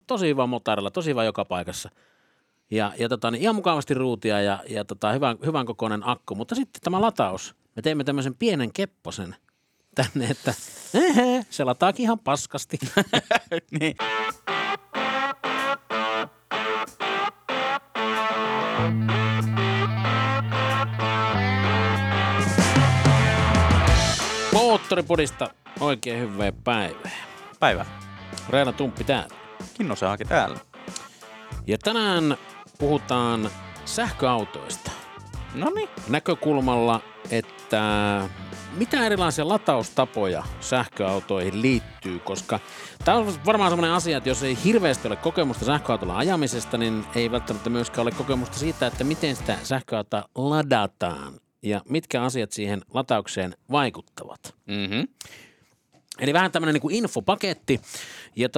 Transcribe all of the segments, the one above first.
tosi hyvä motorilla, tosi hyvä joka paikassa. Ja niin ihan mukavasti ruutia ja hyvän kokoinen akku. Mutta sitten tämä lataus, me teemme tämmöisen pienen kepposen tänne, että se lataakin ihan paskasti. Niin. Moottoripodista oikein hyvää päivää. Päivä. Reena Tumppi täällä. Kinnosaakin täällä. Ja tänään puhutaan sähköautoista. Noniin. Näkökulmalla, että mitä erilaisia lataustapoja sähköautoihin liittyy, koska tämä on varmaan sellainen asia, että jos ei hirveästi ole kokemusta sähköautolla ajamisesta, niin ei välttämättä myöskään ole kokemusta siitä, että miten sitä sähköautoa ladataan ja mitkä asiat siihen lataukseen vaikuttavat. Mm-hmm. Eli vähän tämmöinen niin kuin infopaketti ja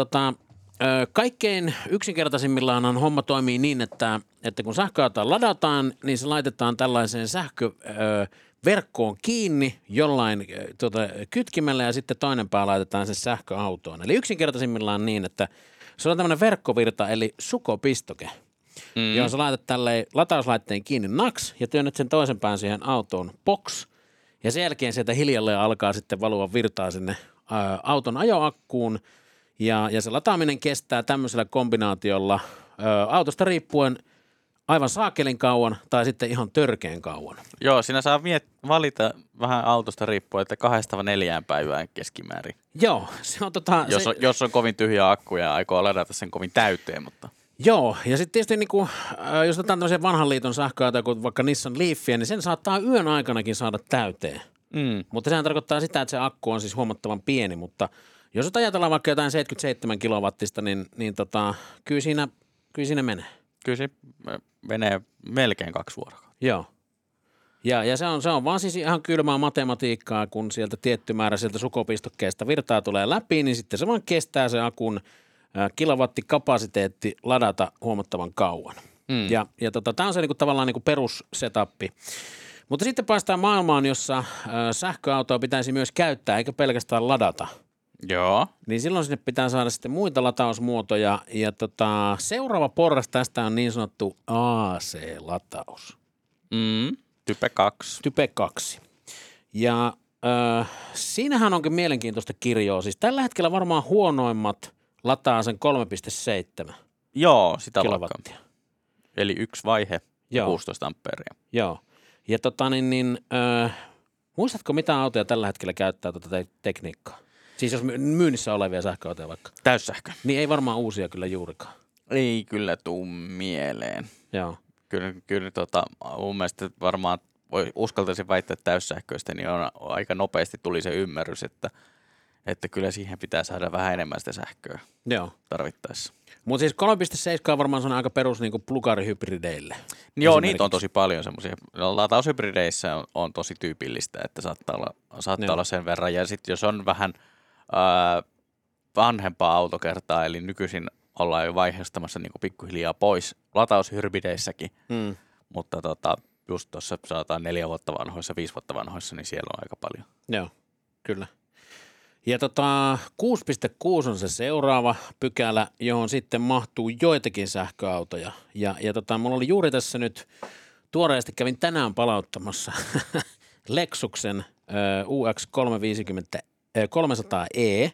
kaikkein yksinkertaisimmillaan homma toimii niin, että kun sähköautoa ladataan, niin se laitetaan tällaiseen sähköverkkoon kiinni jollain kytkimellä ja sitten toinen pää laitetaan sen sähköautoon. Eli yksinkertaisimmillaan niin, että se on tämmöinen verkkovirta eli sukopistoke, johon sä laitat tälleen latauslaitteen kiinni naks ja työnnät sen toisen pään siihen autoon box ja sen jälkeen sieltä hiljalleen alkaa sitten valua virtaa sinne auton ajoakkuun. Ja se lataaminen kestää tämmöisellä kombinaatiolla autosta riippuen aivan saakelin kauan tai sitten ihan törkeän kauan. Joo, siinä saa valita vähän autosta riippuen, että 2-4 päivään keskimäärin. Joo, se on jos on kovin tyhjä akku ja aikoo ladata sen kovin täyteen, mutta... Joo, ja sitten tietysti niinku, jos otetaan tämmöisen vanhan liiton sähköautoja, kuin vaikka Nissan Leafia, niin sen saattaa yön aikanakin saada täyteen. Mutta sehän tarkoittaa sitä, että se akku on siis huomattavan pieni, mutta... Jos ajatellaan vaikka jotain 77 kilowattista, niin kyllä siinä menee. Kyllä se menee melkein 2 vuorokautta. Joo. Ja se on vaan siis ihan kylmää matematiikkaa, kun sieltä tietty määrä sieltä sukopistokkeesta virtaa tulee läpi, niin sitten se vaan kestää se akun kilowattikapasiteetti ladata huomattavan kauan. Ja tämä on se niinku, tavallaan niinku perussetappi. Mutta sitten päästään maailmaan, jossa sähköautoa pitäisi myös käyttää, eikä pelkästään ladata. Joo. Niin silloin sinne pitää saada sitten muita latausmuotoja ja seuraava porras tästä on niin sanottu AC-lataus. Type 2. Type 2. Ja siinähän onkin mielenkiintoista kirjoa. Siis tällä hetkellä varmaan huonoimmat lataa sen 3,7 Joo, sitä kilowattia. Eli 1 vaihe, 16 ampeeria. Joo. Ja muistatko mitä autoja tällä hetkellä käyttää tekniikkaa? Siis jos myynnissä olevia sähköautoja vaikka. Täyssähkö. Niin ei varmaan uusia kyllä juurikaan. Ei kyllä tuu mieleen. Joo. Kyllä mun mielestä varmaan uskaltaisin väittää täyssähköistä, niin aika nopeasti tuli se ymmärrys, että kyllä siihen pitää saada vähän enemmän sitä sähköä tarvittaessa. Mutta siis 3,7 on varmaan sellainen aika perus niin kuin plugarihybrideille. Joo, niitä on tosi paljon semmoisia. Lataushybrideissä on tosi tyypillistä, että saattaa olla sen verran. Ja sitten jos on vähän vanhempaa autokertaa, eli nykyisin ollaan jo vaiheistamassa niin kuin pikkuhiljaa pois lataushybrideissäkin, mutta just tuossa sanotaan 4 vuotta vanhoissa, 5 vuotta vanhoissa, niin siellä on aika paljon. Joo, kyllä. Ja 6.6 on se seuraava pykälä, johon sitten mahtuu joitakin sähköautoja. Ja mulla oli juuri tässä nyt, tuoreesti kävin tänään palauttamassa Lexuksen UX350 300e.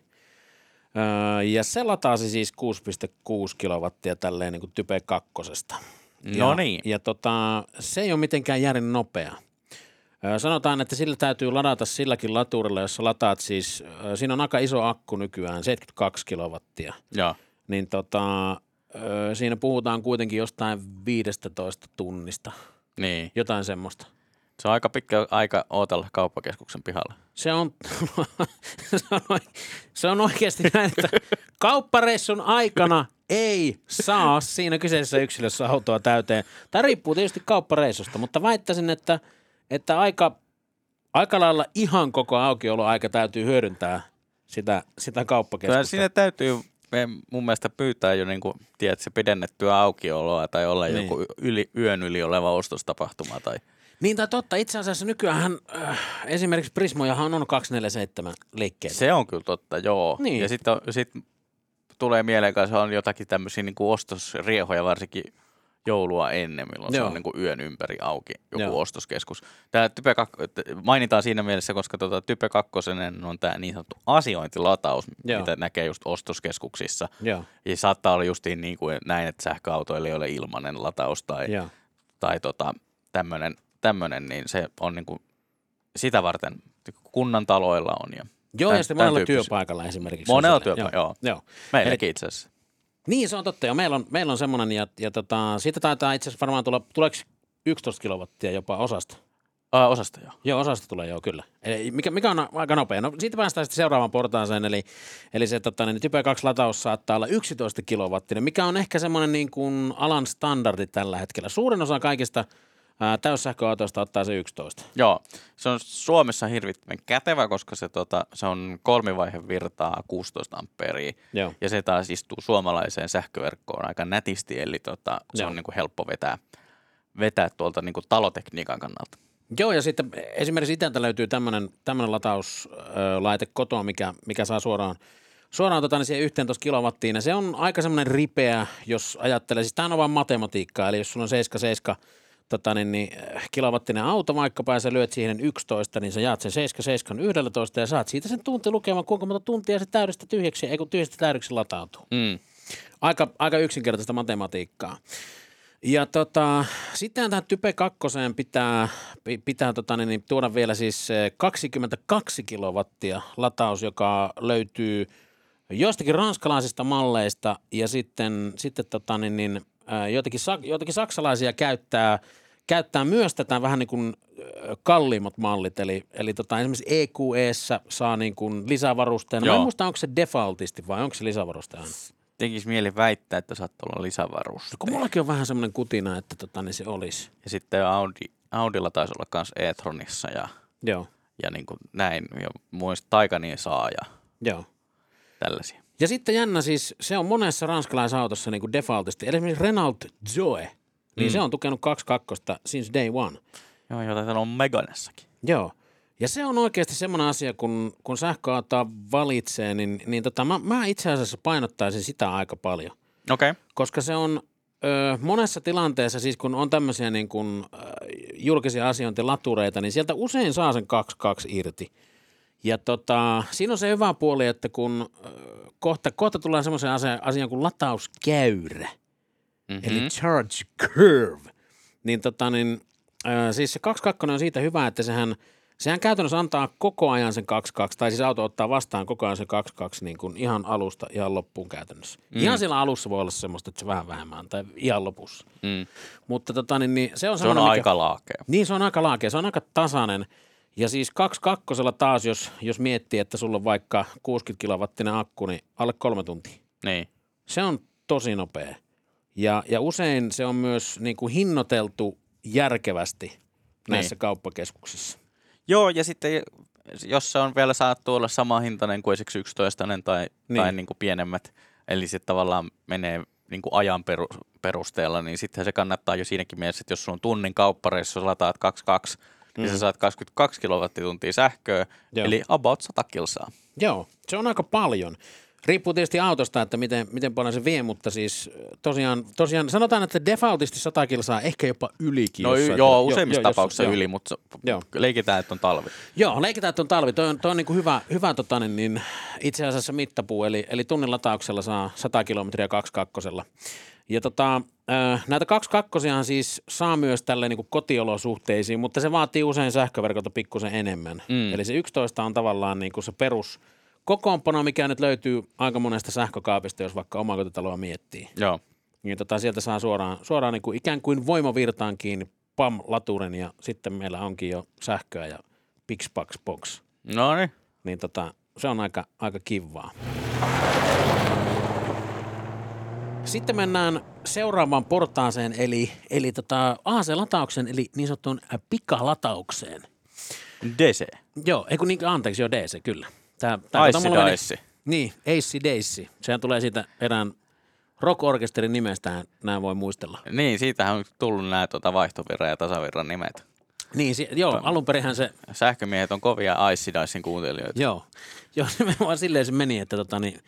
Ja se lataasi siis 6,6 kilowattia tälleen niin kuin type 2. No niin. Ja se ei ole mitenkään järin nopea. Sanotaan, että sillä täytyy ladata silläkin laturilla, jossa lataat siis, siinä on aika iso akku nykyään, 72 kilowattia. Joo. Niin siinä puhutaan kuitenkin jostain 15 tunnista. Niin. Jotain semmoista. Se on aika pitkä aika ootella kauppakeskuksen pihalla. Se on oikeasti näin, että kauppareissun aikana ei saa siinä kyseisessä yksilössä autoa täyteen. Tämä riippuu tietysti kauppareissusta, mutta väittäisin, että aika lailla ihan koko aukioloaika täytyy hyödyntää sitä kauppakeskusta. Siinä täytyy mun mielestä pyytää jo niin kuin, tiedätkö, pidennettyä aukioloa tai olla joku yön yli oleva ostostapahtuma. Tai... Niin tai totta. Itse asiassa nykyään esimerkiksi Prismojahan on 247 liikkeellä. Se on kyllä totta, joo. Niin. Ja sitten tulee mieleen, että se on jotakin tämmöisiä niin kuin ostosriehoja varsinkin joulua ennen, milloin se on niin kuin yön ympäri auki, joku ostoskeskus. Tämä mainitaan siinä mielessä, koska Type 2 on tämä niin sanottu asiointilataus, mitä näkee just ostoskeskuksissa. Ja saattaa olla justiin niin kuin näin, että sähköautoilla ei ole ilmainen lataus tai tämmöinen, niin se on niin kuin sitä varten kunnan taloilla on. Ja sitten monella työpaikalla esimerkiksi. Monella työpaikalla, joo. Meilläkin itse asiassa. Niin, se on totta. Meillä on semmoinen, ja siitä taitaa itse asiassa varmaan tuleeko 11 kilowattia jopa osasta? Osasta, joo. Joo, osasta tulee, joo, kyllä. Eli mikä on aika nopea. No, siitä päästään sitten seuraavaan portaaseen, eli se niin Type 2 lataus saattaa olla 11 kilowattinen, mikä on ehkä semmoinen niin kuin alan standardi tällä hetkellä. Suurin osa kaikista täyssähköautoista ottaa se 11. Joo, se on Suomessa hirvittävän kätevä, koska se on 3-vaihe virtaa 16 amperia. Joo. Ja se taas istuu suomalaiseen sähköverkkoon aika nätisti, eli se on niin kuin helppo vetää tuolta niin kuin talotekniikan kannalta. Joo, ja sitten esimerkiksi itseltä löytyy tämmöinen latauslaite kotoa, mikä saa suoraan siihen 11 kilowattiin. Ja se on aika semmoinen ripeä, jos ajattelee, siis tämä on vaan matematiikkaa, eli jos sulla on 7 kilowattinen auto vaikkapa ja sä lyöt siihen 11, niin sä jaat sen 7 11 ja saat siitä sen tunti lukemaan, kuinka monta tuntia se täydestä tyhjäksi, ei kun tyhjästä täydeksi latautuu. Aika yksinkertaista matematiikkaa. Ja sitten tähän Type 2 pitää tuoda vielä siis 22 kilowattia lataus, joka löytyy joistakin ranskalaisista malleista ja sitten joitakin saksalaisia käyttää myös tätä vähän niin kuin kalliimmat mallit, eli esimerkiksi EQE:ssä saa niin kuin lisävarusteena. Mä en muista, onko se defaultisti vai onko se lisävarusteena? Tekisi mieli väittää, että saattaa olla lisävarusteena. No, kun mullakin on vähän semmoinen kutina, että niin se olisi. Ja sitten Audilla taisi olla myös e-tronissa ja niin kuin näin. Ja muista Taycania saa ja tällaisia. Ja sitten jännä siis, se on monessa ranskalaisautossa niin kuin defaultisti. Eli esimerkiksi Renault Zoe, niin se on tukenut 2.2 since day one. Joo, jota täällä on Meganessakin. Joo. Ja se on oikeasti semmoinen asia, kun sähköautoa valitsee, niin mä itse asiassa painottaisin sitä aika paljon. Okei. Koska se on monessa tilanteessa, siis kun on tämmöisiä niin kuin julkisia asiointilatureita, niin sieltä usein saa sen 2.2 irti. Ja siinä on se hyvä puoli, että kun kohta tulee semmoisen asian kuin latauskäyrä, eli charge curve, niin, siis se 2.2 on siitä hyvä, että sehän käytännössä antaa koko ajan sen 2.2, tai siis auto ottaa vastaan koko ajan sen 2.2 niin kuin ihan alusta ihan loppuun käytännössä. Ihan siellä alussa voi olla semmoista, että se vähän vähemmän tai ihan lopussa. Mutta niin se on aika laakea. Niin, se on aika laakea, se on aika tasainen. Ja siis 2.2 taas, jos miettii, että sulla on vaikka 60 kilowattinen akku, niin alle 3 tuntia. Niin. Se on tosi nopea. Ja usein se on myös niin kuin hinnoiteltu järkevästi näissä kauppakeskuksissa. Joo, ja sitten jos se on vielä saattu olla sama hintainen kuin esimerkiksi 11 tai niin kuin pienemmät, eli se tavallaan menee niin kuin ajan perusteella, niin sittenhän se kannattaa jo siinäkin mielessä, että jos sulla on tunnin kauppareissa, lataat 2.2, niin sä saat 22 kilowattituntia sähköä, eli about 100 kilsaa. Joo, se on aika paljon. Riippuu tietysti autosta, että miten paljon se vie, mutta siis tosiaan sanotaan, että defaultisti 100 kilsaa, ehkä jopa ylikin. No useimmissa tapauksissa yli, mutta leikitään, että on talvi. Joo, leikitään, että on talvi. Toi on niin kuin hyvä niin itse asiassa mittapuu, eli tunnin latauksella saa 100 kilometriä 2.2. Ja näitä 2.2 siis saa myös tälle niin kuin kotiolosuhteisiin, mutta se vaatii usein sähköverkolta pikkusen enemmän. Eli se 11 on tavallaan niin kuin se perus kokoonpano, mikä nyt löytyy aika monesta sähkökaapista, jos vaikka omakotitaloa miettii. Joo. Niin sieltä saa suoraan niin kuin ikään kuin voimavirtaan kiinni PAM-laturin ja sitten meillä onkin jo sähköä ja Pixpax-box. No niin. Niin se on aika kivaa. Sitten mennään seuraavaan portaaseen, eli AC-latauksen, eli niin sanottuun pikalataukseen. DC. Joo, DC, kyllä. AC/DC. Niin, AC/DC. Sehän tulee siitä erään rock-orkesterin nimestä, nämä voi muistella. Niin, siitähän on tullut nämä vaihtovirran ja tasavirran nimet. Niin, alunperinhän se... Sähkömiehet on kovia AC/DICen kuuntelijoita. Joo, nimenomaan silleen se meni, että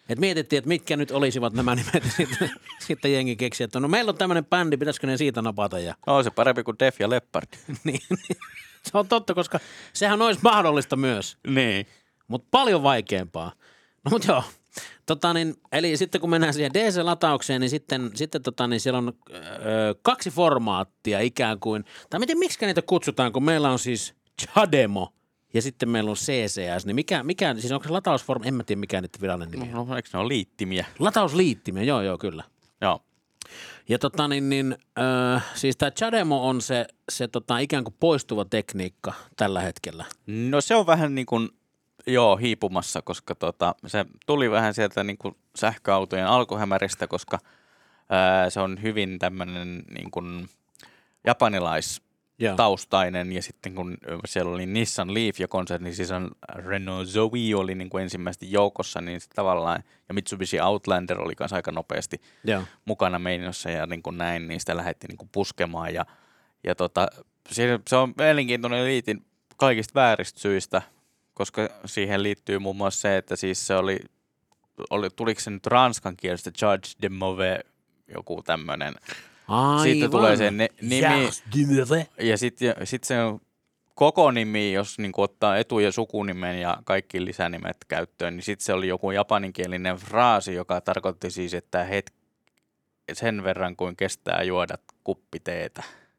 Et mietittiin, että mitkä nyt olisivat nämä nimet, sitten jengi keksi, että no meillä on tämmöinen bändi, pitäisikö ne siitä napata. Ja... No se parempi kuin Def ja Leppard. niin, se on totta, koska sehän olisi mahdollista myös. Niin. Mutta paljon vaikeampaa. No mutta joo. Eli sitten kun mennään siihen DC-lataukseen, niin sitten siellä on 2 formaattia ikään kuin, tai miksi niitä kutsutaan, kun meillä on siis CHAdeMO ja sitten meillä on CCS, niin mikä siis onko se latausforma, en mä tiedä mikä niitä virallinen nimi on. No eikö ne ole liittimiä? Latausliittimiä, joo kyllä. Joo. Ja siis tämä CHAdeMO on se ikään kuin poistuva tekniikka tällä hetkellä. No se on vähän niin kuin hiipumassa, koska se tuli vähän sieltä niin kuin sähköautojen alkuhämäristä, koska se on hyvin tämmöinen niin kuin japanilaistaustainen ja sitten kun siellä oli Nissan Leaf ja konserni sisään Renault Zoe oli niin kuin ensimmäisesti joukossa, niin tavallaan ja Mitsubishi Outlander oli kanssa aika nopeasti mukana meinossa ja niin kuin näin, niin sitä lähdettiin niin kuin puskemaan ja se on mielenkiintoinen liitin kaikista vääristä syistä, koska siihen liittyy muun muassa se, että siis se tuliko se nyt ranskan kielestä Charge de Mauvais, joku tämmöinen. Sitten tulee se nimi ja sitten se koko nimi, jos niin ottaa etu- ja sukunimen ja kaikki lisänimet käyttöön, niin sitten se oli joku japaninkielinen fraasi, joka tarkoitti siis, että sen verran kuin kestää juoda kuppi teetä.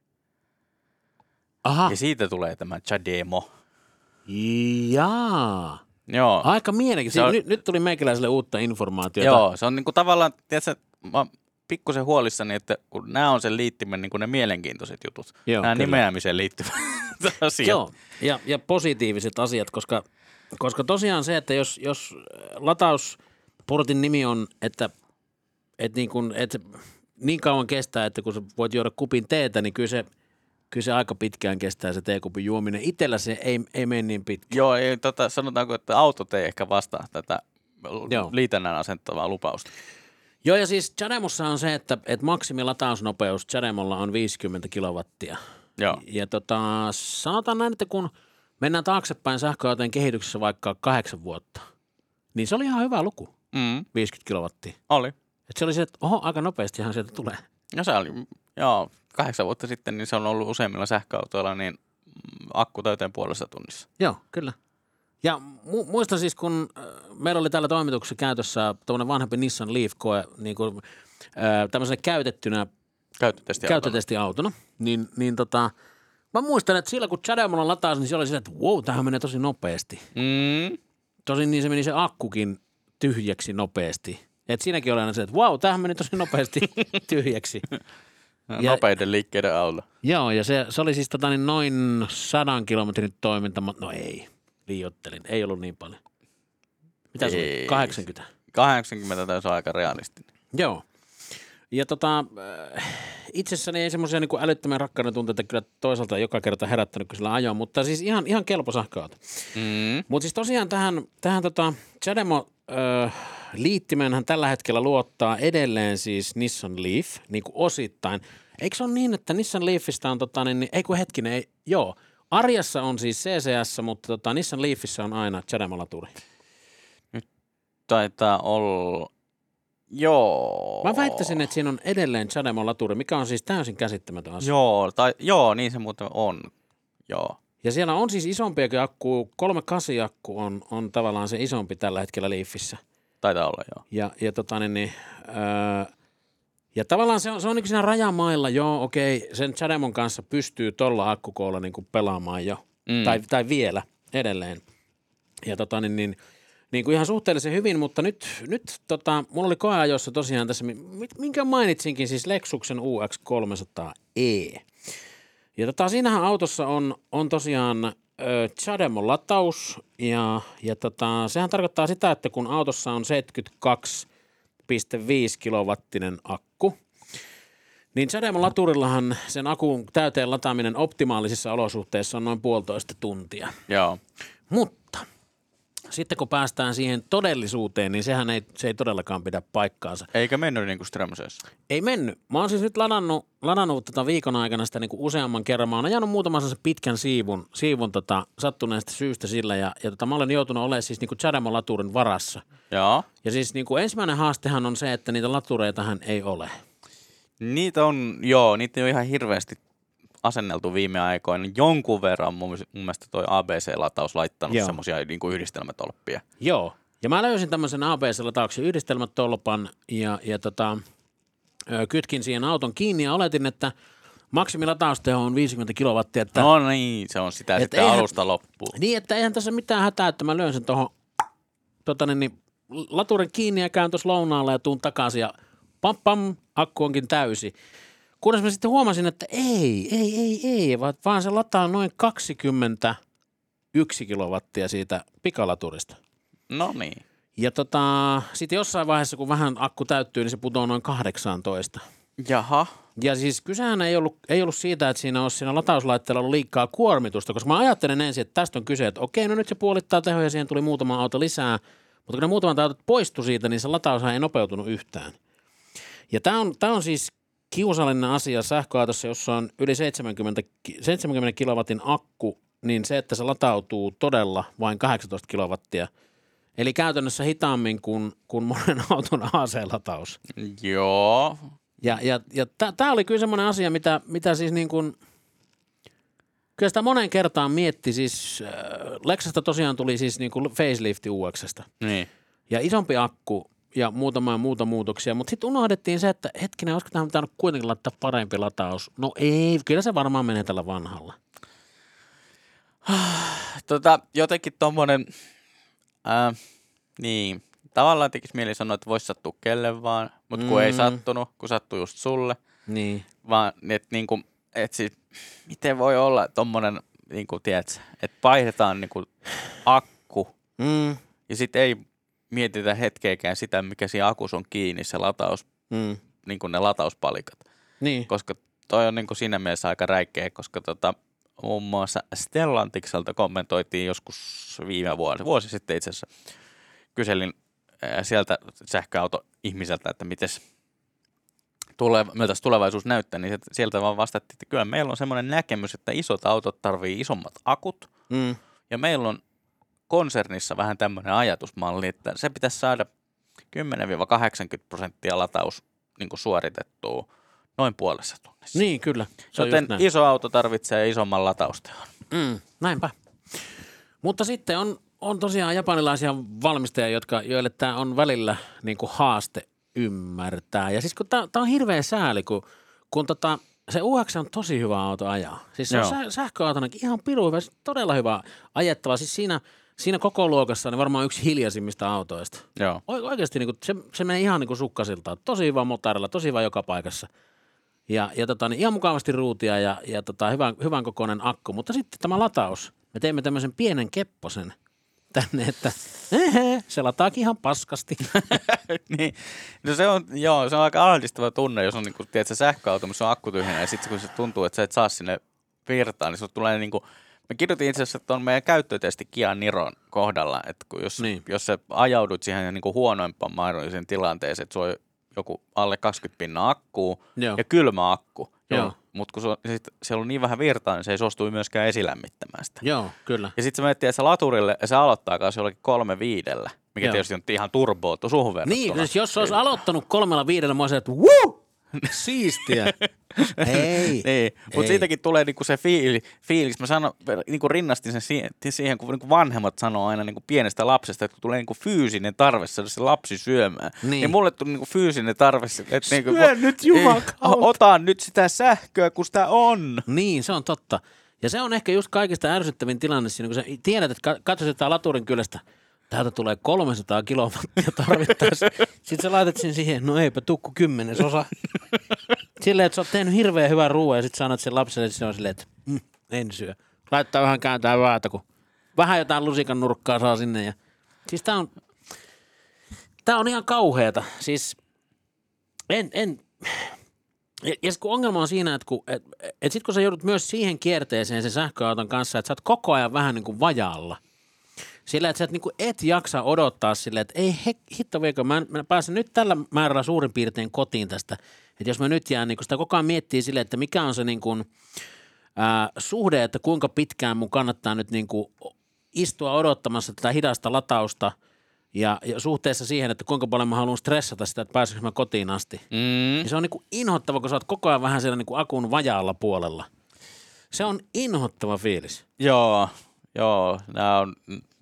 Aha. Ja siitä tulee tämä CHAdeMO. Jaa. Joo. Aika mielenkiintoista. Nyt tuli meikäläiselle uutta informaatiota. Joo, se on niinku tavallaan, tiedätkö, mä pikkusen huolissani, että kun nämä on sen liittimen niinku ne mielenkiintoiset jutut. Joo, nämä nimeämiseen liittyvät asiat. Joo, ja positiiviset asiat, koska tosiaan se, että jos latausportin nimi on, että niin kauan kestää, että kun sä voit juoda kupin teetä, niin kyllä se aika pitkään kestää se teekupin juominen. Itellä se ei mene niin pitkään. Joo, sanotaanko, että autot ei ehkä vastaa tätä liitännän asenttavaa lupausta. Joo, ja siis CHAdeMOssa on se, että maksimilatausnopeus CHAdeMOlla on 50 kilowattia. Joo. Ja sanotaan näin, että kun mennään taaksepäin sähköautojen kehityksessä vaikka 8 vuotta, niin se oli ihan hyvä luku, 50 kilowattia. Oli. Että se oli se, että aika nopeastihan sieltä tulee. No se oli, 8 vuotta sitten, niin se on ollut useimmilla sähköautoilla, niin akku täyteen 1,5 tunnissa. Joo, kyllä. Ja muistan siis, kun meillä oli täällä toimituksessa käytössä tuommoinen vanhempi Nissan Leaf-koe niin kuin, tämmöisenä käyttötestiautona, niin mä muistan, että sillä kun CHAdeMOlla lataisi, niin se oli sillä, että wow, tämähän menee tosi nopeasti. Tosin niin se meni se akkukin tyhjäksi nopeasti. Et siinäkin oli aina se, että wow, tämähän meni tosi nopeasti tyhjäksi. Nopeiden liikkeiden alla. Joo, ja se oli siis noin 100 kilometrin toiminta, no ei, liioittelin, ei ollut niin paljon. Mitä se oli? 80? 80 taisi olla aika realistinen. Joo. Ja itsessäni ei semmoisia niin älyttömän rakkauden tunteita kyllä toisaalta joka kerta herättänyt, kun sillä ajoin, mutta siis ihan kelpo sähköauto. Mutta siis tosiaan tähän CHAdeMO liittimenhän tällä hetkellä luottaa edelleen siis Nissan Leaf, niin kuin osittain. Eikö se ole niin, että Nissan Leafistä on Ariassa on siis CCS, mutta Nissan Leafissä on aina CHAdeMO-laturi. Nyt taitaa olla, joo. Mä väittäisin, että siinä on edelleen CHAdeMO-laturi, mikä on siis täysin käsittämätön asia. Joo, niin se muuten on, joo. Ja siellä on siis isompiakin akku, 3.8-akku on tavallaan se isompi tällä hetkellä Leafissä. Taitaa olla, joo. Ja tavallaan se on niin kuin siinä rajamailla, sen CHAdeMOn kanssa pystyy tuolla akkukoolla niin kuin pelaamaan jo, tai vielä edelleen. Ja niin kuin ihan suhteellisen hyvin, mutta nyt mulla oli koeajossa tosiaan tässä, minkä mainitsinkin, siis Lexuksen UX300e. Ja siinähän autossa on tosiaan CHAdeMO-lataus ja sehän tarkoittaa sitä, että kun autossa on 72,5 kilowattinen akku, niin CHAdeMO-laturillahan sen akun täyteen lataaminen optimaalisissa olosuhteissa on noin 1,5 tuntia. Joo. Mutta sitten kun päästään siihen todellisuuteen, niin se ei todellakaan pidä paikkaansa. Eikä mennyt niin kuin Strömsössä? Ei mennyt. Mä oon siis nyt ladannut viikon aikana sitä niin kuin useamman kerran. Mä oon ajanut muutaman pitkän siivun sattuneesta syystä sillä ja mä olen joutunut olemaan siis niin kuin CHAdeMO-laturin varassa. Joo. Ja siis niin kuin ensimmäinen haastehan on se, että niitä latureitahan ei ole. Niitä on ihan hirveästi asenneltu viime aikoina. Jonkun verran mun mielestä toi ABC-lataus laittanut semmoisia niin kuin yhdistelmätolppia. Joo. Ja mä löysin tämmöisen ABC-latauksen yhdistelmätolpan ja kytkin siihen auton kiinni ja oletin, että maksimilatausteho on 50 kilowattia. Että, no niin, se on sitä sitten alusta loppuun. Niin, että eihän tässä mitään hätää, että mä löin sen tuohon laturin kiinni ja käyn tuossa lounaalla ja tuun takaisin ja pam, akku onkin täysi. Kunnes mä sitten huomasin, että ei, vaan se lataa noin 21 kilowattia siitä pikalaturista. No niin. Ja sitten jossain vaiheessa, kun vähän akku täyttyy, niin se putoaa noin 18. Jaha. Ja siis kysehän ei ollut siitä, että siinä latauslaitteella ollut liikaa kuormitusta, koska mä ajattelin ensin, että tästä on kyse, että okei, no nyt se puolittaa tehoja ja siihen tuli muutama auto lisää, mutta kun ne muutamat autot poistui siitä, niin se lataushan ei nopeutunut yhtään. Ja tää on siis kiusallinen asia sähköautossa, jossa on yli 70 kilowatin akku, niin se, että se latautuu todella vain 18 kilowattia. Eli käytännössä hitaammin kuin monen auton AC-lataus. Joo. Ja tämä oli kyllä semmoinen asia, mitä siis niin kuin, kyllä sitä monen kertaan mietti. Siis Lexasta tosiaan tuli siis niin kuin facelifti UX:stä. Niin. Ja isompi akku ja muuta muutoksia, mutta sitten unohdettiin se, että hetkinen, olisiko tähän pitänyt kuitenkin laittaa parempi lataus? No ei, kyllä se varmaan menee tällä vanhalla. Jotenkin tommonen, niin, tavallaan tekisi mieli sanoa, että voisi sattua kelle vaan, mutta kun ei sattunut, kun sattui just sulle. Niin. Vaan, että niinku, siis, miten voi olla tommonen, niinku, tiedätkö, että vaihdetaan niinku akku ja sitten ei mietitä hetkeäkään sitä, mikä siinä akussa on kiinni, se lataus, niinku ne latauspalikat. Niin. Koska toi on niinku siinä mielessä aika räikeä, koska muun muassa Stellantikselta kommentoitiin joskus viime vuosi sitten itse asiassa. Kyselin sieltä sähköauto-ihmiseltä, että miltä tulevaisuus näyttää, niin sieltä vaan vastattiin, että kyllä meillä on semmoinen näkemys, että isot autot tarvii isommat akut, ja meillä on konsernissa vähän tämmöinen ajatusmalli, että se pitäisi saada 10-80% lataus niin kuin suoritettua noin puolessa tunnissa. Niin, kyllä. Joten iso auto tarvitsee isomman lataustehon. Näinpä. Mutta sitten on tosiaan japanilaisia valmistajia, joille tämä on välillä niin kuin haaste ymmärtää. Ja siis kun tämä on hirveä sääli, kun se UX on tosi hyvä auto ajaa. Siis se on sähköautonakin ihan pirun hyvä, todella hyvä ajettava. Siis siinä koko luokassa on varmaan yksi hiljaisimmista autoista. Joo. Oikeasti niin kuin, se menee ihan niin kuin sukkasiltaan. Tosi hyvä motorilla, tosi hyvä joka paikassa. Ja niin ihan mukavasti ruutia ja hyvän kokoinen akku. Mutta sitten tämä lataus. Me teemme tämmöisen pienen kepposen tänne, että se lataakin ihan paskasti. Niin. No se on aika ahdistava tunne, jos on niin kuin, tiedätkö, sähköauto, missä on akku tyhjänä ja sitten kun se tuntuu, että sä et saa sinne virtaan, niin se tulee niin kuin, me kirjoitin itse asiassa, että on meidän käyttötesti Kia Niron kohdalla, että jos sä ajaudut siihen niin kuin huonoimpaan mahdolliseen tilanteeseen, että sulla on joku alle 20 pinnaa akkuu ja kylmä akku, mutta kun siellä on niin vähän virtaa, niin se ei suostu myöskään esilämmittämään sitä. Joo, kyllä. Ja sitten sä miettii, että se laturille, se aloittaa kanssa jollakin 3.5, mikä tietysti on ihan turboottu suhun verrattuna. Niin, jos se olisi aloittanut 3.5, mä olisin, että wuu! Siistiä. Niin, mutta siitäkin tulee niinku se fiilis. Mä niinku rinnastin sen siihen, kun niinku vanhemmat sanoo aina niinku pienestä lapsesta, että kun tulee niinku fyysinen tarve saada se lapsi syömään. Niin. Ja mulle tuli niinku fyysinen tarve, että niinku, nyt jumakautta. Ota nyt sitä sähköä, kun sitä on. Niin, se on totta. Ja se on ehkä just kaikista ärsyttävin tilanne siinä, kun sä tiedät, että katsotaan tää laturin kylästä. Täältä tulee 300 kilowattia tarvittaessa. Sitten sä laitat sen siihen, no eipä tukku 10%. Silleen, että sä oot tehnyt hirveän hyvän ruoan ja sit sanot sen lapselle, että se on silleen, että en syö. Laittaa vähän kääntää väätä, kun vähän jotain lusikan nurkkaa saa sinne. Ja siis tää on ihan kauheeta. Siis ja kun ongelma on siinä, että kun sä joudut myös siihen kierteeseen sen sähköauton kanssa, että sä oot koko ajan vähän niin kuin vajaalla. Sillä, että sä et jaksa odottaa silleen, että ei hitto viekö, mä pääsen nyt tällä määrällä suurin piirtein kotiin tästä. Että jos mä nyt jään, niin sitä koko ajan miettii silleen, että mikä on se niin kuin, suhde, että kuinka pitkään mun kannattaa nyt niin kuin istua odottamassa tätä hidasta latausta ja suhteessa siihen, että kuinka paljon mä haluan stressata sitä, että pääseekö mä kotiin asti. Ja se on niin kuin inhottava, kun sä oot koko ajan vähän siellä niin kuin akun vajaalla puolella. Se on inhottava fiilis. Joo, nämä on,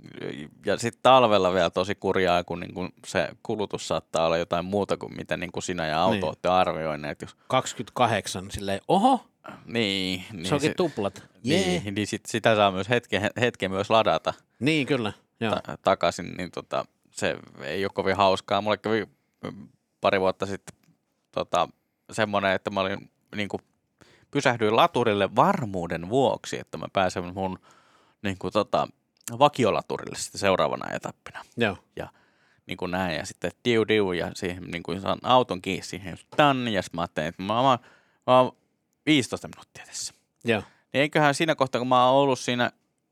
ja sitten talvella vielä tosi kurjaa, kun niinku se kulutus saattaa olla jotain muuta kuin mitä niinku sinä ja auto olette arvioineet. Jos 28, silleen, oho, niin se onkin tuplat. Niin sitä saa myös hetken myös ladata. Niin, kyllä. Takaisin, niin se ei ole kovin hauskaa. Mulle kävi pari vuotta sitten semmoinen, että mä olin niinku pysähdyin laturille varmuuden vuoksi, että mä pääsen mun niinku vakiolaturille sitten seuraavana etappina. Joo. Ja niin kuin näin, ja sitten diu, ja siihen niin kuin saan auton kiinni siihen ja mä ajattelin, että mä oon 15 minuuttia tässä. Joo. Niin eiköhän siinä kohtaa, kun mä oon ollut siinä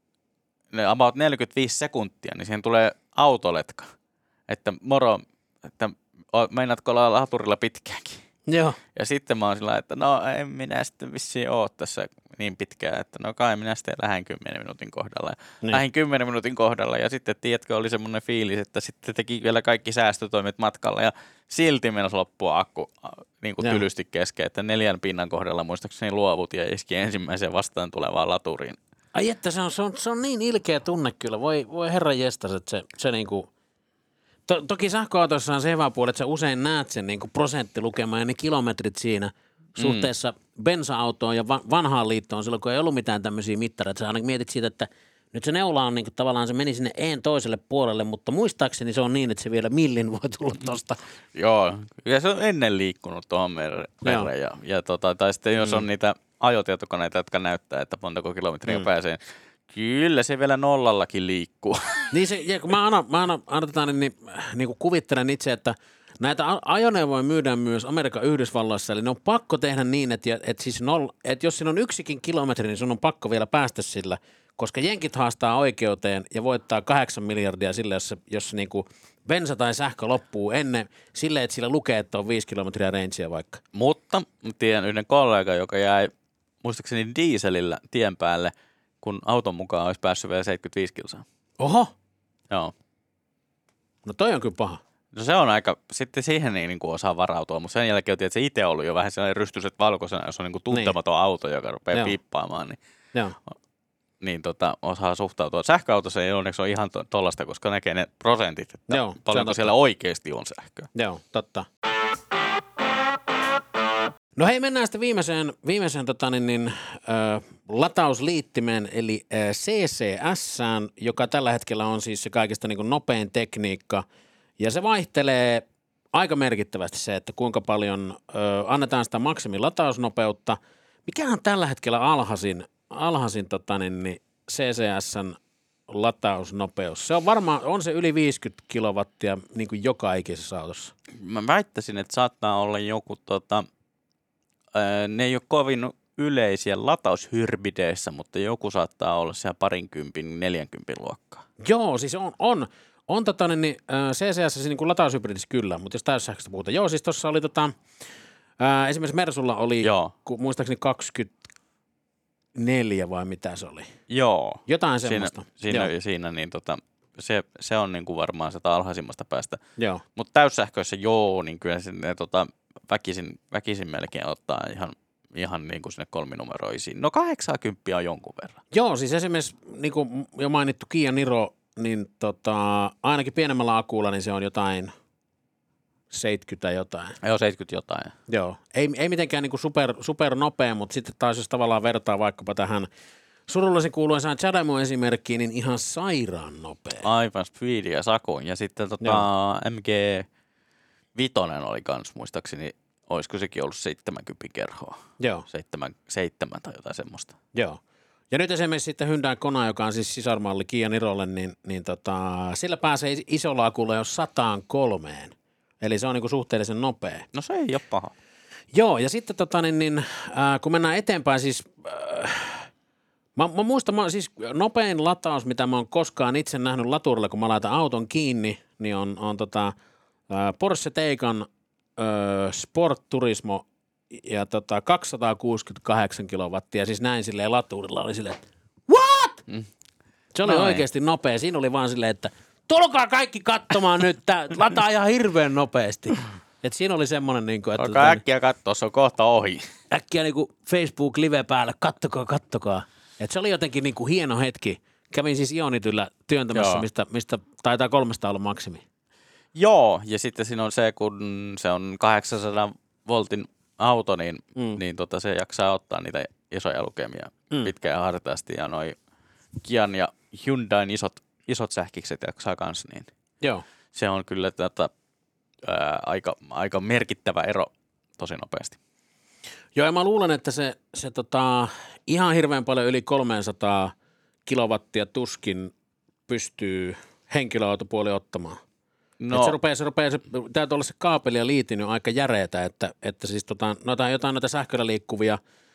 about 45 sekuntia, niin siihen tulee autoletka, että moro, että meinaatko olla laturilla pitkäänkin? Joo. Ja sitten mä oon sillä, että no en minä sitten vissiin oo tässä niin pitkään, että no kai minä sitten lähden 10 minuutin kohdalla. Niin. Lähdin 10 minuutin kohdalla ja sitten tiedätkö, oli semmoinen fiilis, että sitten teki vielä kaikki säästötoimet matkalla ja silti mennessä loppua akku niin kuin tylysti kesken, että 4 pinnan kohdalla muistaakseni luovut ja iski ensimmäiseen vastaan tulevaan laturiin. Ai että se on niin ilkeä tunne kyllä, voi herran jestas, että se niinku... Toki sähköautoissa on se hyvä puoli, että sä usein näet sen niin kuin prosenttilukemaan ja ne kilometrit siinä suhteessa bensa-autoon ja vanhaan liittoon silloin, kun ei ollut mitään tämmöisiä mittareita. Sä aina mietit siitä, että nyt se neula on niin kuin, tavallaan se meni sinne een toiselle puolelle, mutta muistaakseni se on niin, että se vielä millin voi tulla tosta. Joo, ja se on ennen liikkunut tuohon mereen. Tai sitten jos on niitä ajotietokoneita, jotka näyttää, että montako kilometriä pääsee. Kyllä se vielä nollallakin liikkuu. Niin se, ja kun mä aina niin kuvittelen itse, että näitä ajoneuvoja myydään myös Amerikan Yhdysvalloissa, eli ne on pakko tehdä niin, että jos siinä on 1 kilometri, niin sun on pakko vielä päästä sillä, koska jenkit haastaa oikeuteen ja voittaa 8 miljardia sille, jos niin kuin bensa tai sähkö loppuu ennen silleen, että sillä lukee, että on 5 kilometriä rangea vaikka. Mutta tiedän yhden kollega, joka jäi muistaakseni dieselillä tien päälle, kun auton mukaan olisi päässyt vielä 75 kilsaa. Oho! Joo. No toi on kyllä paha. No se on aika, sitten siihen ei niin kuin osaa varautua, mutta sen jälkeen on, että se itse ollut jo vähän sellainen rystyset valkoisena, jos on niin kuin tuntematon auto, joka rupeaa piippaamaan, niin osaa suhtautua. Sähköautossa ei onneksi ole ihan tollaista, koska näkee ne prosentit, että paljonko siellä oikeasti on sähköä. Joo, totta. No hei, mennään sitten viimeiseen latausliittimeen, eli CCS:ään, joka tällä hetkellä on siis se kaikista niin kuin nopein tekniikka. Ja se vaihtelee aika merkittävästi se, että kuinka paljon annetaan sitä maksimilatausnopeutta. Mikä on tällä hetkellä alhaisin CCS:n latausnopeus? Se on varmaan, on se yli 50 kilowattia niin kuin joka ikisessä autossa. Mä väittäisin, että saattaa olla joku ne ei ole kovin yleisiä lataushybrideissä, mutta joku saattaa olla siellä 20-40 luokkaa. Joo, siis on CCS niin kuin lataushybridissä kyllä, mutta jos täyssähköstä puhutaan. Joo, siis tuossa oli esimerkiksi Mersulla oli muistaakseni 24 vai mitä se oli? Joo. Jotain semmoista. Siinä niin se on niin kuin varmaan sitä alhaisimmasta päästä. Joo. Mutta täyssähköissä niin kyllä se väkisin melkein ottaa ihan niin kuin sinne 3-numeroisiin. No 80 on jonkun verran. Joo, siis esimerkiksi niin kuin jo mainittu Kia Niro, niin ainakin pienemmällä akulla niin se on jotain 70 jotain. Joo, 70 jotain. Joo, ei mitenkään niin kuin super nopea, mutta sitten taas jos tavallaan vertaa vaikkapa tähän surullisen kuuluisaan Chadamo-esimerkkiin, niin ihan sairaan nopea. Aivan speedy ja sakun. Ja sitten MG5 oli kans muistaakseni, olisiko sekin ollut 70 kerhoa. Joo. 7 tai jotain semmoista. Joo. Ja nyt esimerkiksi sitten Hyundai Kona, joka on siis sisarmalli Kia Nirolle, niin sillä pääsee isolla akulla jo 103. Eli se on niin kuin suhteellisen nopea. No se ei ole paha. Joo, ja sitten kun mennään eteenpäin, siis Mä muistan, siis nopein lataus, mitä mä oon koskaan itse nähnyt laturilla, kun mä laitan auton kiinni, niin on Porsche Taycan Sport Turismo ja 268 kilowattia, siis näin silleen laturilla oli silleen, what? Se oli oikeasti nopea. Siinä oli vaan silleen, että tulkaa kaikki katsomaan nyt, lataa ihan hirveän nopeasti. Et siinä oli semmoinen, niin kuin, että olkaa äkkiä katsoa, se on kohta ohi. Äkkiä niin kuin Facebook live päälle, kattokaa. Et se oli jotenkin niin kuin hieno hetki. Kävin siis Ionityllä työntämässä, mistä taitaa 300 olla maksimi. Joo, ja sitten siinä on se, kun se on 800 voltin auto, niin se jaksaa ottaa niitä isoja lukemia pitkään ja hartaasti. Ja noi Kian ja Hyundain isot sähkikset jaksaa kanssa, niin joo. Se on kyllä aika merkittävä ero tosi nopeasti. Joo, ja mä luulen, että se ihan hirveän paljon yli 300 kilowattia tuskin pystyy henkilöautopuoli ottamaan. No. Se täytyy olla se kaapeli ja liitin aika järeetä, että siis jotain noita sähköllä liikkuvia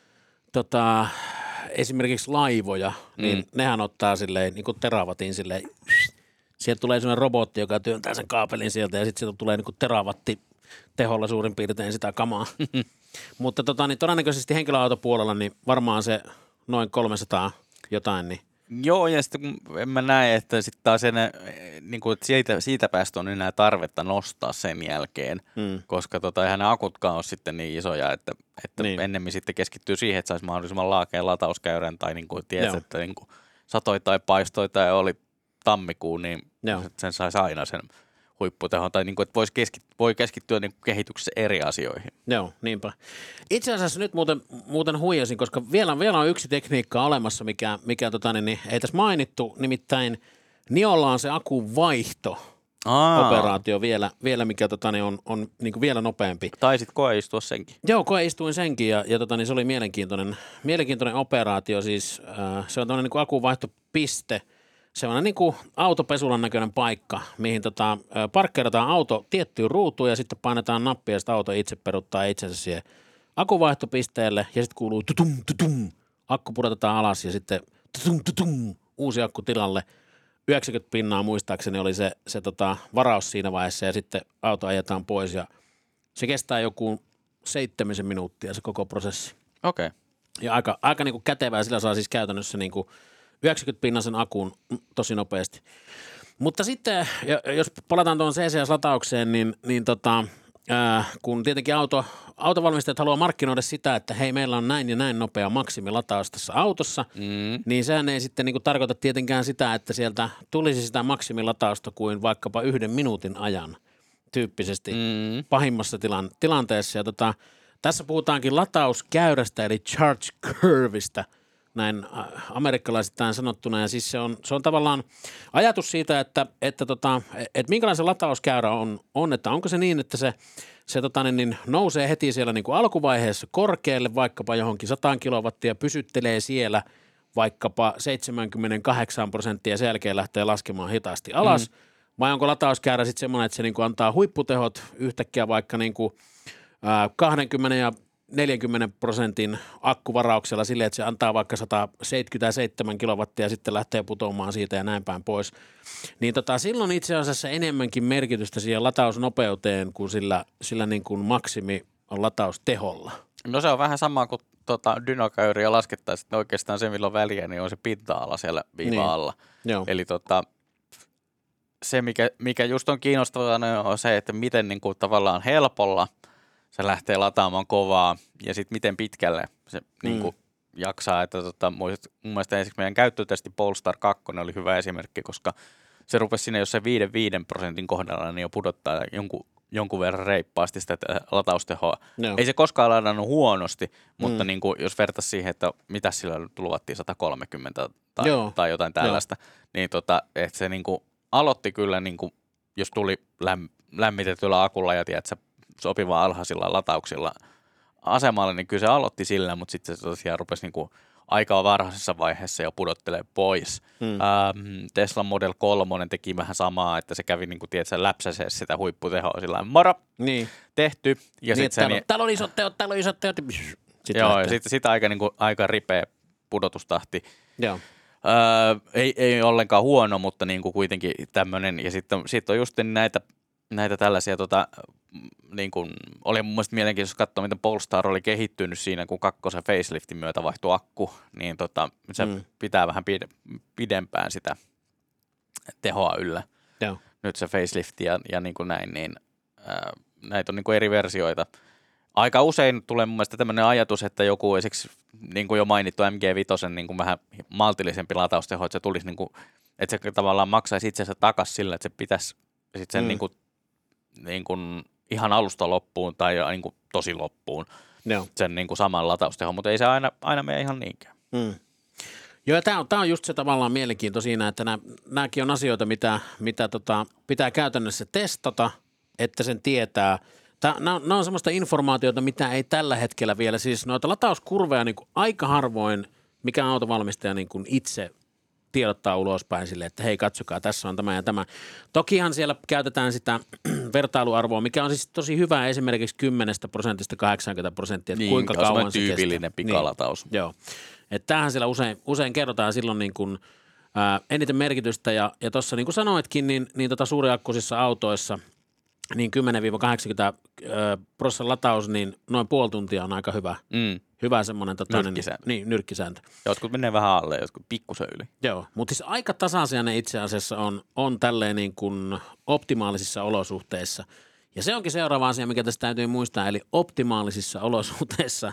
esimerkiksi laivoja, niin nehän ottaa silleen, niin kuin teravatin silleen, sieltä tulee sellainen robotti, joka työntää sen kaapelin sieltä ja sitten sieltä tulee niin kuin teravatti teholla suurin piirtein sitä kamaa. Mutta niin todennäköisesti henkilöautopuolella niin varmaan se noin 300 jotain, niin joo, ja sitten kun en mä näe, että sitten taas niin kuin, siitä päästä on enää tarvetta nostaa sen jälkeen, koska eihän ne akutkaan ole sitten niin isoja, että niin. Ennemmin sitten keskittyy siihen, että saisi mahdollisimman laakeen latauskäyrän tai niin kuin tiedät, että niin kuin satoi tai paistoi tai oli tammikuu, niin sen saisi aina sen huipputehon, tai niin kuin, että voi keskittyä niin kuin kehityksessä eri asioihin. Joo, niinpä. Itse asiassa nyt muuten huijasin, koska vielä on yksi tekniikka olemassa, mikä ei tässä mainittu, nimittäin Niolla on se akun vaihto operaatio vielä mikä on niin kuin vielä nopeampi. Taisit koeistua senkin. Joo, koeistuin senkin ja se oli mielenkiintoinen operaatio, siis se on tämmöinen niin kuin akunvaihtopiste. Se on niin kuin autopesulan näköinen paikka, mihin parkkeerataan auto tiettyyn ruutuun ja sitten painetaan nappia ja sitten auto itse peruttaa itsensä siihen akkuvaihtopisteelle ja sitten kuuluu tutum, tutum. Akku pudotetaan alas ja sitten tutum, tutum. Uusi akku tilalle. 90% muistaakseni oli se varaus siinä vaiheessa ja sitten auto ajetaan pois ja se kestää joku 7 minuuttia se koko prosessi. Okei. Ja aika niin kuin kätevää, sillä saa siis käytännössä niin kuin 90% akun tosi nopeasti. Mutta sitten, jos palataan tuon CCS-lataukseen, niin kun tietenkin autovalmistajat haluaa markkinoida sitä, että hei, meillä on näin ja näin nopea maksimilataus tässä autossa, niin sehän ei sitten niin kuin tarkoita tietenkään sitä, että sieltä tulisi sitä maksimilatausta kuin vaikkapa 1 minuutin ajan tyyppisesti pahimmassa tilanteessa. Ja tässä puhutaankin latauskäyrästä eli charge curveista, näin amerikkalaisittain sanottuna, ja siis se on tavallaan ajatus siitä, että minkälainen se latauskäyrä on, että onko se niin, että se nousee heti siellä niin kuin alkuvaiheessa korkealle vaikkapa johonkin 100 kilowattia, pysyttelee siellä vaikkapa 78% ja sen jälkeen lähtee laskemaan hitaasti alas, vai onko latauskäyrä sitten semmoinen, että se niin kuin antaa huipputehot yhtäkkiä vaikka niin kuin 20 ja 40% akkuvarauksella silleen, että se antaa vaikka 177 kilowattia ja sitten lähtee putoamaan siitä ja näin päin pois. Niin silloin itse asiassa enemmänkin merkitystä siihen latausnopeuteen kuin sillä niin kuin maksimi latausteholla. No se on vähän sama kuin dynokäyriä laskettaisiin, että oikeastaan se milloin väliä, niin on se pinta-ala siellä viiva alla. Niin. Eli se, mikä just on kiinnostavaa, on se, että miten niin kuin tavallaan helpolla se lähtee lataamaan kovaa ja sitten miten pitkälle se niin kuin jaksaa. Että mun mielestä ensiksi meidän käyttötesti Polestar 2 oli hyvä esimerkki, koska se rupesi sinne jossain 5% kohdalla niin jo pudottaa jonkun verran reippaasti sitä lataustehoa. No. Ei se koskaan ladannut huonosti, mutta niin kuin, jos vertaisi siihen, että mitä sillä luvattiin 130 tai jotain tällaista, niin että se niin kuin aloitti kyllä, niin kuin, jos tuli lämmitetyllä akulla ja tiedätkö, sopivaa alhaisilla latauksilla asemalle, niin kyllä se aloitti sillä, mutta sitten se tosiaan rupesi niinku aika varhaisessa vaiheessa jo pudottelee pois. Tesla Model 3 teki vähän samaa, että se kävi niinku, tiedätkö, läpsäsee sitä huipputehoa sillä moro, tehty. Ja niin, täällä on isot teot. Joo, ja sitten aika ripeä pudotustahti. Joo. Ei ollenkaan huono, mutta niin kuin kuitenkin tämmöinen. Ja sitten on just näitä tällaisia, niin kuin, oli mun mielestä mielenkiintoista katsoa, miten Polestar oli kehittynyt siinä, kun 2 faceliftin myötä vaihtui akku, niin se pitää vähän pidempään sitä tehoa yllä. Joo. Nyt se facelift ja niin kuin näin, niin näitä on niin kuin eri versioita. Aika usein tulee mun mielestä tämmöinen ajatus, että joku esimerkiksi, niin kuin jo mainittu MG5, niin kuin vähän maltillisempi latausteho, että se tulisi, niin kuin, että se tavallaan maksaisi itsensä takaisin sillä, että se pitäisi sitten sen niin kuin ihan alusta loppuun tai niin kuin tosi loppuun sen niin kuin saman lataustehon, mutta ei se aina mene ihan niinkään. Joo, tämä on just se tavallaan mielenkiinto siinä, että nämäkin on asioita, mitä pitää käytännössä testata, että sen tietää. Nämä on semmoista informaatiota, mitä ei tällä hetkellä vielä, siis noita latauskurveja niin kuin aika harvoin, mikä autovalmistaja niin kuin itse tiedottaa ulospäin sille, että hei katsokaa, tässä on tämä ja tämä. Tokihan siellä käytetään sitä vertailuarvoa, mikä on siis tosi hyvä esimerkiksi 10%, 80%, että niin, kuinka kauan se tyypillinen pikalataus. Niin, joo, että tämähän siellä usein kerrotaan silloin niin kuin, eniten merkitystä ja tuossa niin kuin sanoitkin, niin suuriakkuisissa autoissa niin 10-80% lataus, niin noin puoli tuntia on aika hyvä semmoinen nyrkkisääntö. Jotkut menee vähän alle, jotkut pikkusen yli. Joo, mutta siis aika tasaisia ne itse asiassa on tälleen niin kuin optimaalisissa olosuhteissa. Ja se onkin seuraava asia, mikä tässä täytyy muistaa, eli optimaalisissa olosuhteissa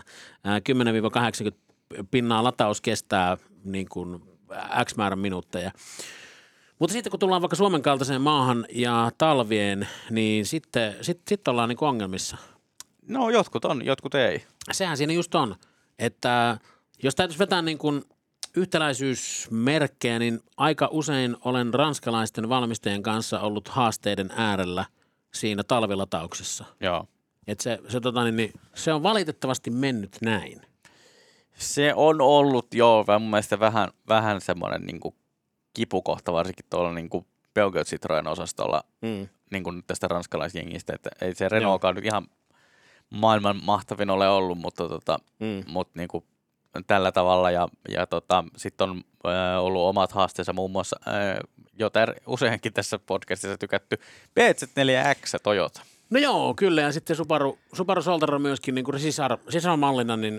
10-80% lataus kestää niin kuin X määrän minuutteja. Mutta sitten kun tullaan vaikka Suomen kaltaiseen maahan ja talvien, niin sitten ollaan niin kuin ongelmissa. No jotkut on, jotkut ei. Sehän siinä just on, että jos täytyisi vetää niin kuin yhtäläisyysmerkkejä, niin aika usein olen ranskalaisten valmistajien kanssa ollut haasteiden äärellä siinä talvilatauksessa. Joo. Että se on valitettavasti mennyt näin. Se on ollut mun mielestä vähän semmoinen niin kuin kipukohta, varsinkin tuolla niin kuin Peugeot Citroën osastolla niin kuin tästä ranskalaisjengistä, että ei se Renaultkaan nyt ihan maailman mahtavin ole ollut, mutta niin kuin tällä tavalla ja sitten on ollut omat haasteensa muun muassa, jota useinkin tässä podcastissa tykätty BZ4X Toyota. No joo, kyllä, ja sitten Subaru Solterra myöskin niin kuin sisarmallina, niin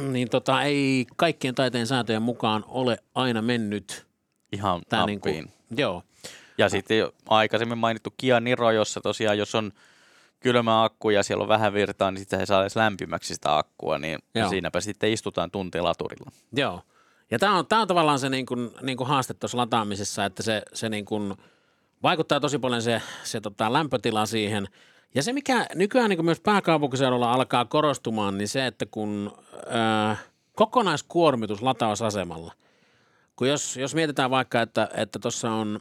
ei kaikkien taiteen sääntöjen mukaan ole aina mennyt ihan nappiin. Joo. Ja sitten aikaisemmin mainittu Kia Niro, jossa tosiaan jos on kylmä akku ja siellä on vähän virtaa, niin sitten ei saa edes lämpimäksi sitä akkua, niin siinäpä sitten istutaan tunti laturilla. Joo. Ja tämä on tavallaan se niin kuin haaste tuossa lataamisessa, että se niin kuin vaikuttaa tosi paljon se lämpötila siihen. Ja se, mikä nykyään niin kuin myös pääkaupunkiseudulla alkaa korostumaan, niin se, että kun kokonaiskuormitus latausasemalla, kun jos mietitään vaikka, että tuossa on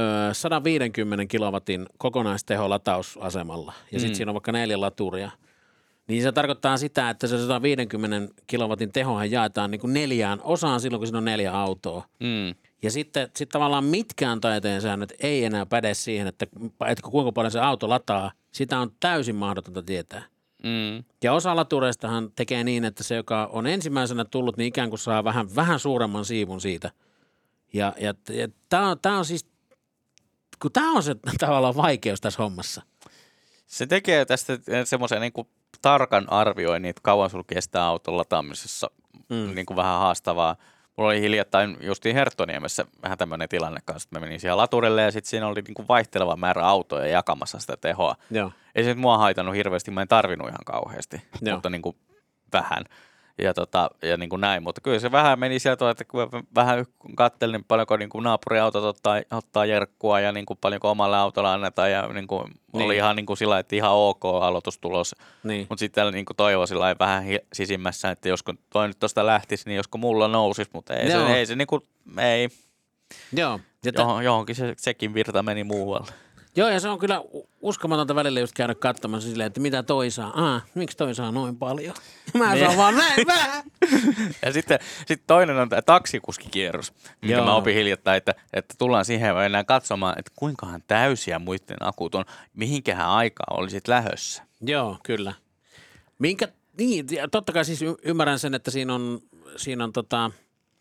150 kilowatin kokonaisteho latausasemalla ja sitten siinä on vaikka 4 laturia, niin se tarkoittaa sitä, että se 150 kilowatin tehohan jaetaan niin kuin 4 osaan silloin, kun siinä on 4 autoa. Ja sitten tavallaan mitkään taiteen säännöt ei enää päde siihen, että kuinka paljon se auto lataa. Sitä on täysin mahdotonta tietää. Ja osa latureistahan tekee niin, että se, joka on ensimmäisenä tullut, niin ikään kuin saa vähän suuremman siivun siitä. Ja tämä on siis, kun tämä on se tavallaan vaikeus tässä hommassa. Se tekee tästä semmoisen niin kuin tarkan arvioinnin, että kauan sulla kestää auton lataamisessa niin kuin vähän haastavaa. Mulla oli hiljattain justiin Herttoniemessä vähän tämmöinen tilanne kanssa, että mä menin siellä laturille ja sitten siinä oli niin kuin vaihteleva määrä autoja jakamassa sitä tehoa. Joo. Ei se nyt mua haitannut hirveästi, mä en tarvinnut ihan kauheasti, mutta niin kuin vähän. Ja niin kuin näin, mutta kyllä se vähän meni sieltä, että kun vähän katselin, niin paljonko niin kuin naapuriautot ottaa jerkkua ja niin kuin paljonko omalle autolla annetaan ja niin kuin oli ihan niin kuin sillä, että ihan ok aloitustulos. Niin. Mutta sitten niin kuin toivoi sillä vähän sisimmässä, että josko toi nyt tuosta lähtisi, niin josko mulla nousisi, mutta ei se niin kuin, ei. Joo. Johonkin sekin virta meni muualle. Joo, ja se on kyllä uskomatonta välillä just käydä katsomassa silleen, että mitä toi saa. Miksi toi saa noin paljon? Mä saan vaan näin vähän. Ja sitten toinen on tämä taksikuskikierros, minkä mä opin hiljattain, että tullaan siihen ja enää katsomaan, että kuinkahan täysiä muiden akut on, mihinkähän aikaa olisit lähössä. Joo, kyllä. Niin, totta kai siis ymmärrän sen, että siinä on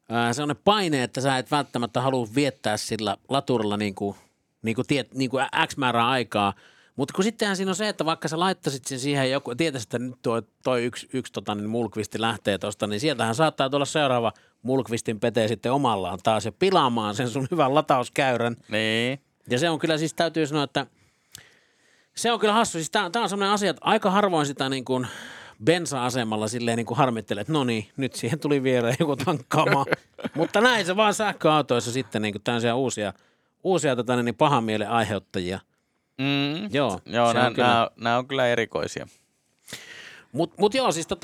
sellainen paine, että sä et välttämättä halua viettää sillä laturilla niin kuin X määrää aikaa. Mutta kun sittenhän siinä on se, että vaikka sä laittaisit sen siihen joku, tietäisit, että nyt toi yksi mulkvisti lähtee tosta, niin sieltähän saattaa tulla seuraava mulkvistin pete sitten omallaan taas ja pilaamaan sen sun hyvän latauskäyrän. Niin. Ja se on kyllä siis, täytyy sanoa, että se on kyllä hassu. Siis tää on sellainen asia, että aika harvoin sitä niin kuin bensa-asemalla silleen niin kuin harmittelee, että no niin, nyt siihen tuli viereen joku tankkaamaan. Mutta näin se vaan sähköautoissa sitten niin kuin tämmöisiä uusia niin pahan mielen aiheuttajia. Joo nämä on kyllä erikoisia. Mut joo, siis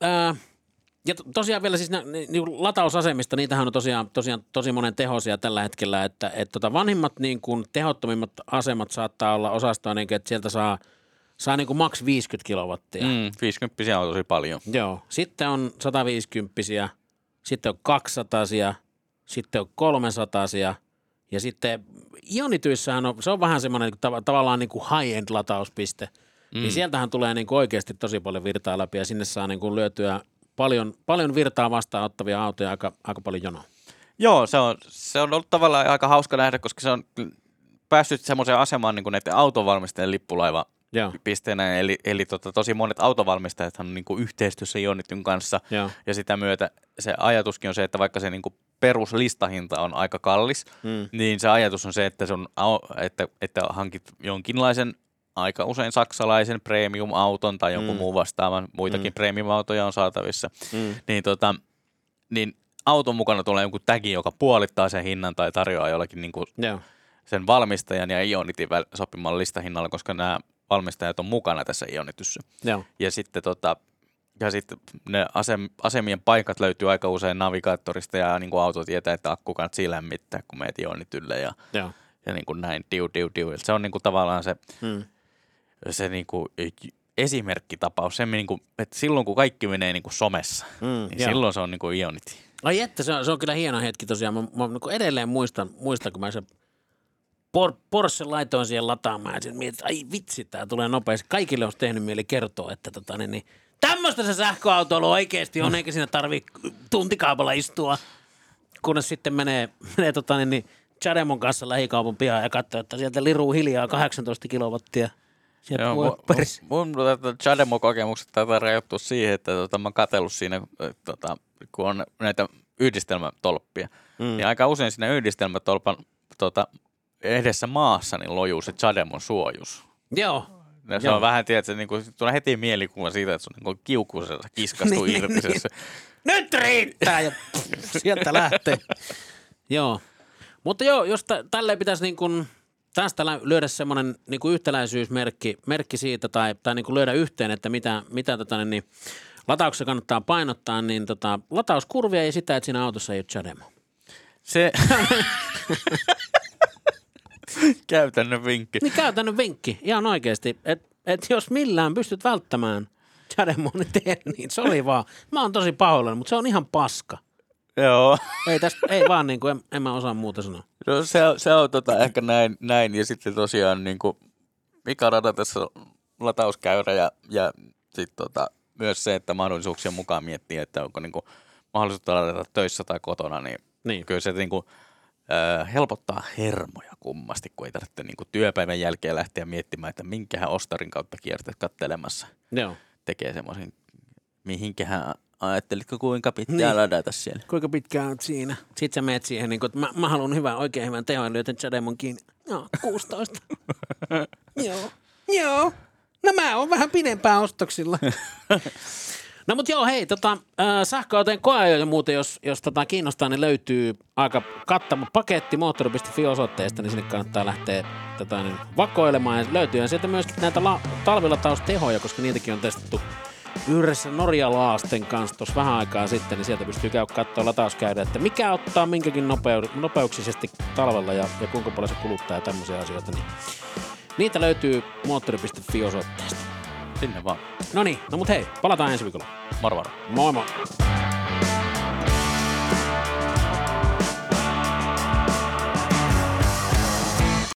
ja tosiaan vielä siis niin latausasemista, niitähän on tosiaan tosi monen tehoisia tällä hetkellä, että vanhimmat niin kuin tehottomimmat asemat saattaa olla osastoa, niin kuin, että sieltä saa niin kuin maks 50 kilowattia. 50 on tosi paljon. Joo, sitten on 150, sitten on 200, sitten on 300 ja sitten Ionityissähän se on vähän semmoinen tavallaan niin kuin high-end latauspiste, niin sieltähän tulee niin kuin oikeasti tosi paljon virtaa läpi ja sinne saa niin kuin lyötyä paljon virtaa vastaanottavia autoja aika paljon jonoa. Joo, se on ollut tavallaan aika hauska nähdä, koska se on päässyt semmoiseen asemaan niin kuin näiden autonvalmistajien lippulaivapisteenä. Eli tosi monet autonvalmistajat on niin kuin yhteistyössä Ionityn kanssa. Joo. Ja sitä myötä se ajatuskin on se, että vaikka se niin kuin peruslistahinta on aika kallis, niin se ajatus on se, että, että hankit jonkinlaisen aika usein saksalaisen premium-auton tai jonkun muun vastaavan, muitakin premium-autoja on saatavissa, niin auton mukana tulee joku tagi, joka puolittaa sen hinnan tai tarjoaa jollakin niin kuin sen valmistajan ja Ionitin sopiman listahinnalla, koska nämä valmistajat on mukana tässä Ionityssä. Ja sitten ne asemien paikat löytyy aika usein navigaattorista ja niin kuin auto tietää, että akku kannattaa lämmittää, kun meet Ionitylle ja niin kuin näin, diu. Se on niin kuin tavallaan se niin kuin esimerkkitapaus, se niin kuin, että silloin kun kaikki menee niin kuin somessa, niin silloin se on niin kuin Ionity. Ai että, se on kyllä hieno hetki tosiaan. Mä niin edelleen muistan, kun mä se Porsche laitoin siihen lataamaan ja mietin, että ai vitsi, tää tulee nopeasti. Kaikille olisi tehnyt mieli kertoa, että niin tämmöistä se sähköautoilu oikeasti on, eikä siinä tarvii tuntikaupalla istua, kunnes sitten menee Chademon kanssa lähikaupun pihaan ja katsoo, että sieltä liruu hiljaa 18 kilowattia. Mun Chademo-kokemukset taitaa rajoittua siihen, että mä oon katsellut siinä, kun on näitä yhdistelmätolppia. Ja aika usein siinä yhdistelmätolpan edessä maassa niin lojuu se Chademon suojus. Joo. Ja se on vähän, tiedätkö, niin kuin, tulee heti mielikuva siitä, että se on niin kiukuisella kiskastuu irti. Nyt riittää ja sieltä lähtee. Joo. Mutta joo, jos tälleen pitäisi niin kuin tästä lyödä semmoinen niin kuin yhtäläisyysmerkki siitä tai niin kuin lyödä yhteen, että mitä latauksessa kannattaa painottaa, niin latauskurvia ja sitä, että siinä autossa ei ole Chademo. Se käytännön vinkki. Niin käytännön vinkki, ihan oikeasti. Että jos millään pystyt välttämään Chademon, niin se oli vaan. Mä oon tosi pahoillani, mutta se on ihan paska. Joo. Ei vaan niin kuin, en mä osaa muuta sanoa. No se on ehkä näin ja sitten tosiaan niin kuin Mika Rada tässä latauskäyrä ja sitten myös se, että mahdollisuuksien mukaan miettii, että onko niin kuin mahdollisuutta ladata töissä tai kotona, niin. Kyllä se niin kuin helpottaa hermoja kummasti, kun ei tarvitse niin kuin työpäivän jälkeen lähteä miettimään, että minkähän ostarin kautta kiertät kattelemassa. Joo. Tekee semmoisen, mihinkähän ajattelitko kuinka pitkään ladata siellä? Kuinka pitkään olet siinä? Sitten sä meet siihen, niin kuin, että mä haluan oikein hyvän tehon, löytän Chademon kiinni. Joo, 16. Joo. No mä oon vähän pidempään ostoksilla. No mut joo, hei, sähköautojen koeajoja muuten, jos kiinnostaa, niin löytyy aika kattava paketti moottori.fi-osoitteesta, niin sinne kannattaa lähteä vakoilemaan. Ja löytyy sieltä myöskin näitä talvilataustehoja, koska niitäkin on testattu yhdessä norjalaasten kanssa tuossa vähän aikaa sitten, niin sieltä pystyy katsoa latauskäydä, että mikä ottaa minkäkin nopeuksisesti talvella ja kuinka paljon se kuluttaa ja tämmöisiä asioita. Niin niitä löytyy moottori.fi-osoitteesta. Sinne vaan. Noniin, no mut hei, palataan ensi viikolla. Moro. Moi moi.